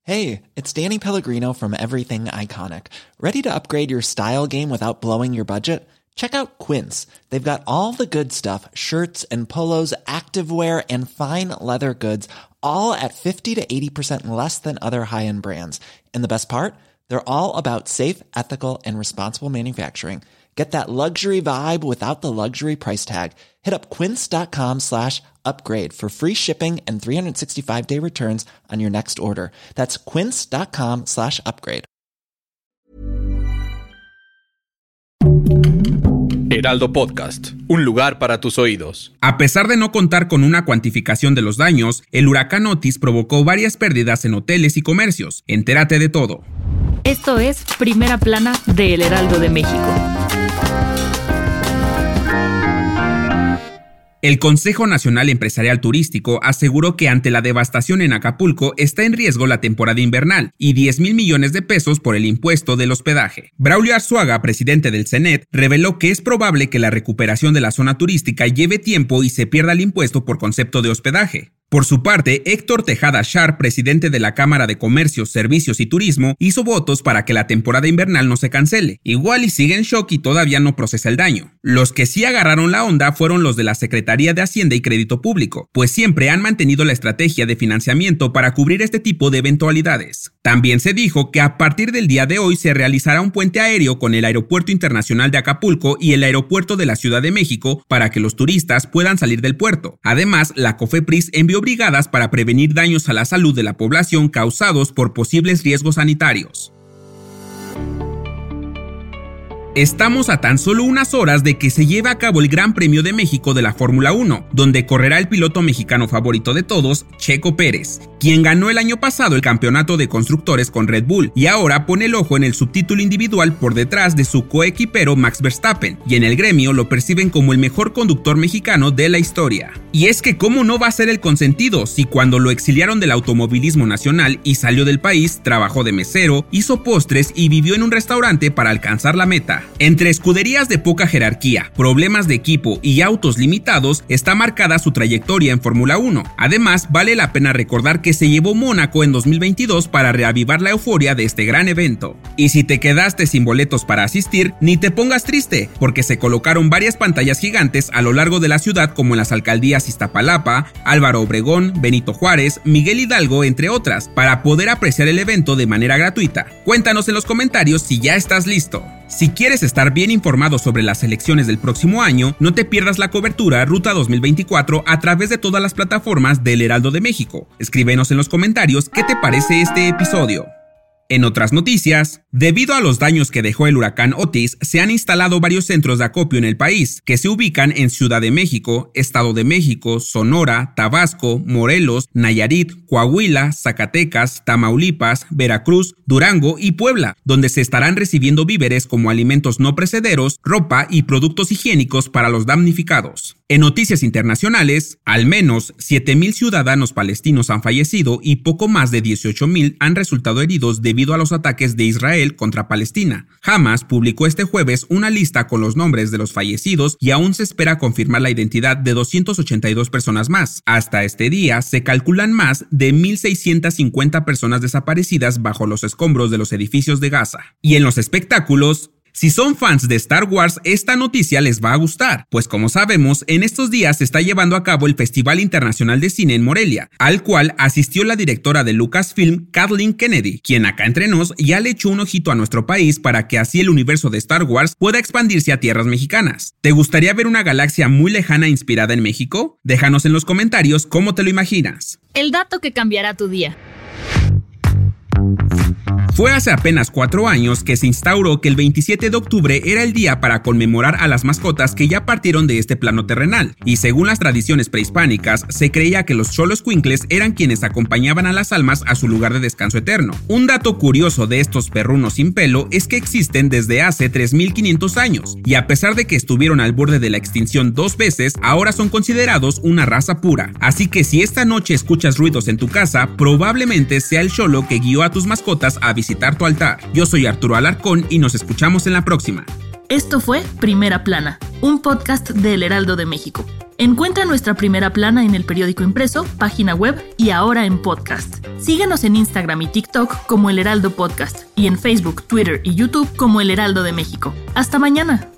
Hey, it's Danny Pellegrino from Everything Iconic. Ready to upgrade your style game without blowing your budget? Check out Quince. They've got all the good stuff, shirts and polos, activewear, and fine leather goods, all at 50 to 80% less than other high-end brands. And the best part? They're all about safe, ethical, and responsible manufacturing. Get that luxury vibe without the luxury price tag. Hit up quince.com/upgrade for free shipping and 365-day returns on your next order. That's quince.com/upgrade. Heraldo Podcast, un lugar para tus oídos. A pesar de no contar con una cuantificación de los daños, el huracán Otis provocó varias pérdidas en hoteles y comercios. Entérate de todo. Esto es Primera Plana de El Heraldo de México. El Consejo Nacional Empresarial Turístico aseguró que ante la devastación en Acapulco está en riesgo la temporada invernal y 10,000 millones de pesos por el impuesto del hospedaje. Braulio Arzuaga, presidente del CENET, reveló que es probable que la recuperación de la zona turística lleve tiempo y se pierda el impuesto por concepto de hospedaje. Por su parte, Héctor Tejada Sharp, presidente de la Cámara de Comercio, Servicios y Turismo, hizo votos para que la temporada invernal no se cancele. Igual y sigue en shock y todavía no procesa el daño. Los que sí agarraron la onda fueron los de la Secretaría de Hacienda y Crédito Público, pues siempre han mantenido la estrategia de financiamiento para cubrir este tipo de eventualidades. También se dijo que a partir del día de hoy se realizará un puente aéreo con el Aeropuerto Internacional de Acapulco y el Aeropuerto de la Ciudad de México para que los turistas puedan salir del puerto. Además, la COFEPRIS envió brigadas para prevenir daños a la salud de la población causados por posibles riesgos sanitarios. Estamos a tan solo unas horas de que se lleve a cabo el Gran Premio de México de la Fórmula 1, donde correrá el piloto mexicano favorito de todos, Checo Pérez, quien ganó el año pasado el campeonato de constructores con Red Bull y ahora pone el ojo en el subtítulo individual por detrás de su coequipero Max Verstappen, y en el gremio lo perciben como el mejor conductor mexicano de la historia. Y es que ¿cómo no va a ser el consentido si cuando lo exiliaron del automovilismo nacional y salió del país, trabajó de mesero, hizo postres y vivió en un restaurante para alcanzar la meta? Entre escuderías de poca jerarquía, problemas de equipo y autos limitados, está marcada su trayectoria en Fórmula 1. Además, vale la pena recordar que se llevó Mónaco en 2022 para reavivar la euforia de este gran evento. Y si te quedaste sin boletos para asistir, ni te pongas triste, porque se colocaron varias pantallas gigantes a lo largo de la ciudad, como en las alcaldías Iztapalapa, Álvaro Obregón, Benito Juárez, Miguel Hidalgo, entre otras, para poder apreciar el evento de manera gratuita. Cuéntanos en los comentarios si ya estás listo. Si quieres estar bien informado sobre las elecciones del próximo año, no te pierdas la cobertura Ruta 2024 a través de todas las plataformas del Heraldo de México. Escríbenos en los comentarios qué te parece este episodio. En otras noticias, debido a los daños que dejó el huracán Otis, se han instalado varios centros de acopio en el país, que se ubican en Ciudad de México, Estado de México, Sonora, Tabasco, Morelos, Nayarit, Coahuila, Zacatecas, Tamaulipas, Veracruz, Durango y Puebla, donde se estarán recibiendo víveres como alimentos no perecederos, ropa y productos higiénicos para los damnificados. En noticias internacionales, al menos 7,000 ciudadanos palestinos han fallecido y poco más de 18,000 han resultado heridos debido a los ataques de Israel contra Palestina. Hamas publicó este jueves una lista con los nombres de los fallecidos y aún se espera confirmar la identidad de 282 personas más. Hasta este día se calculan más de 1,650 personas desaparecidas bajo los escombros de los edificios de Gaza. Y en los espectáculos, si son fans de Star Wars, esta noticia les va a gustar, pues como sabemos, en estos días se está llevando a cabo el Festival Internacional de Cine en Morelia, al cual asistió la directora de Lucasfilm, Kathleen Kennedy, quien acá entre nos ya le echó un ojito a nuestro país para que así el universo de Star Wars pueda expandirse a tierras mexicanas. ¿Te gustaría ver una galaxia muy lejana inspirada en México? Déjanos en los comentarios cómo te lo imaginas. El dato que cambiará tu día. Fue hace apenas 4 años que se instauró que el 27 de octubre era el día para conmemorar a las mascotas que ya partieron de este plano terrenal, y según las tradiciones prehispánicas, se creía que los xoloscuincles eran quienes acompañaban a las almas a su lugar de descanso eterno. Un dato curioso de estos perrunos sin pelo es que existen desde hace 3,500 años, y a pesar de que estuvieron al borde de la extinción 2 veces, ahora son considerados una raza pura. Así que si esta noche escuchas ruidos en tu casa, probablemente sea el xolo que guió a tus mascotas a visitar tu altar. Yo soy Arturo Alarcón y nos escuchamos en la próxima. Esto fue Primera Plana, un podcast del Heraldo de México. Encuentra nuestra primera plana en el periódico impreso, página web y ahora en podcast. Síguenos en Instagram y TikTok como El Heraldo Podcast y en Facebook, Twitter y YouTube como El Heraldo de México. ¡Hasta mañana!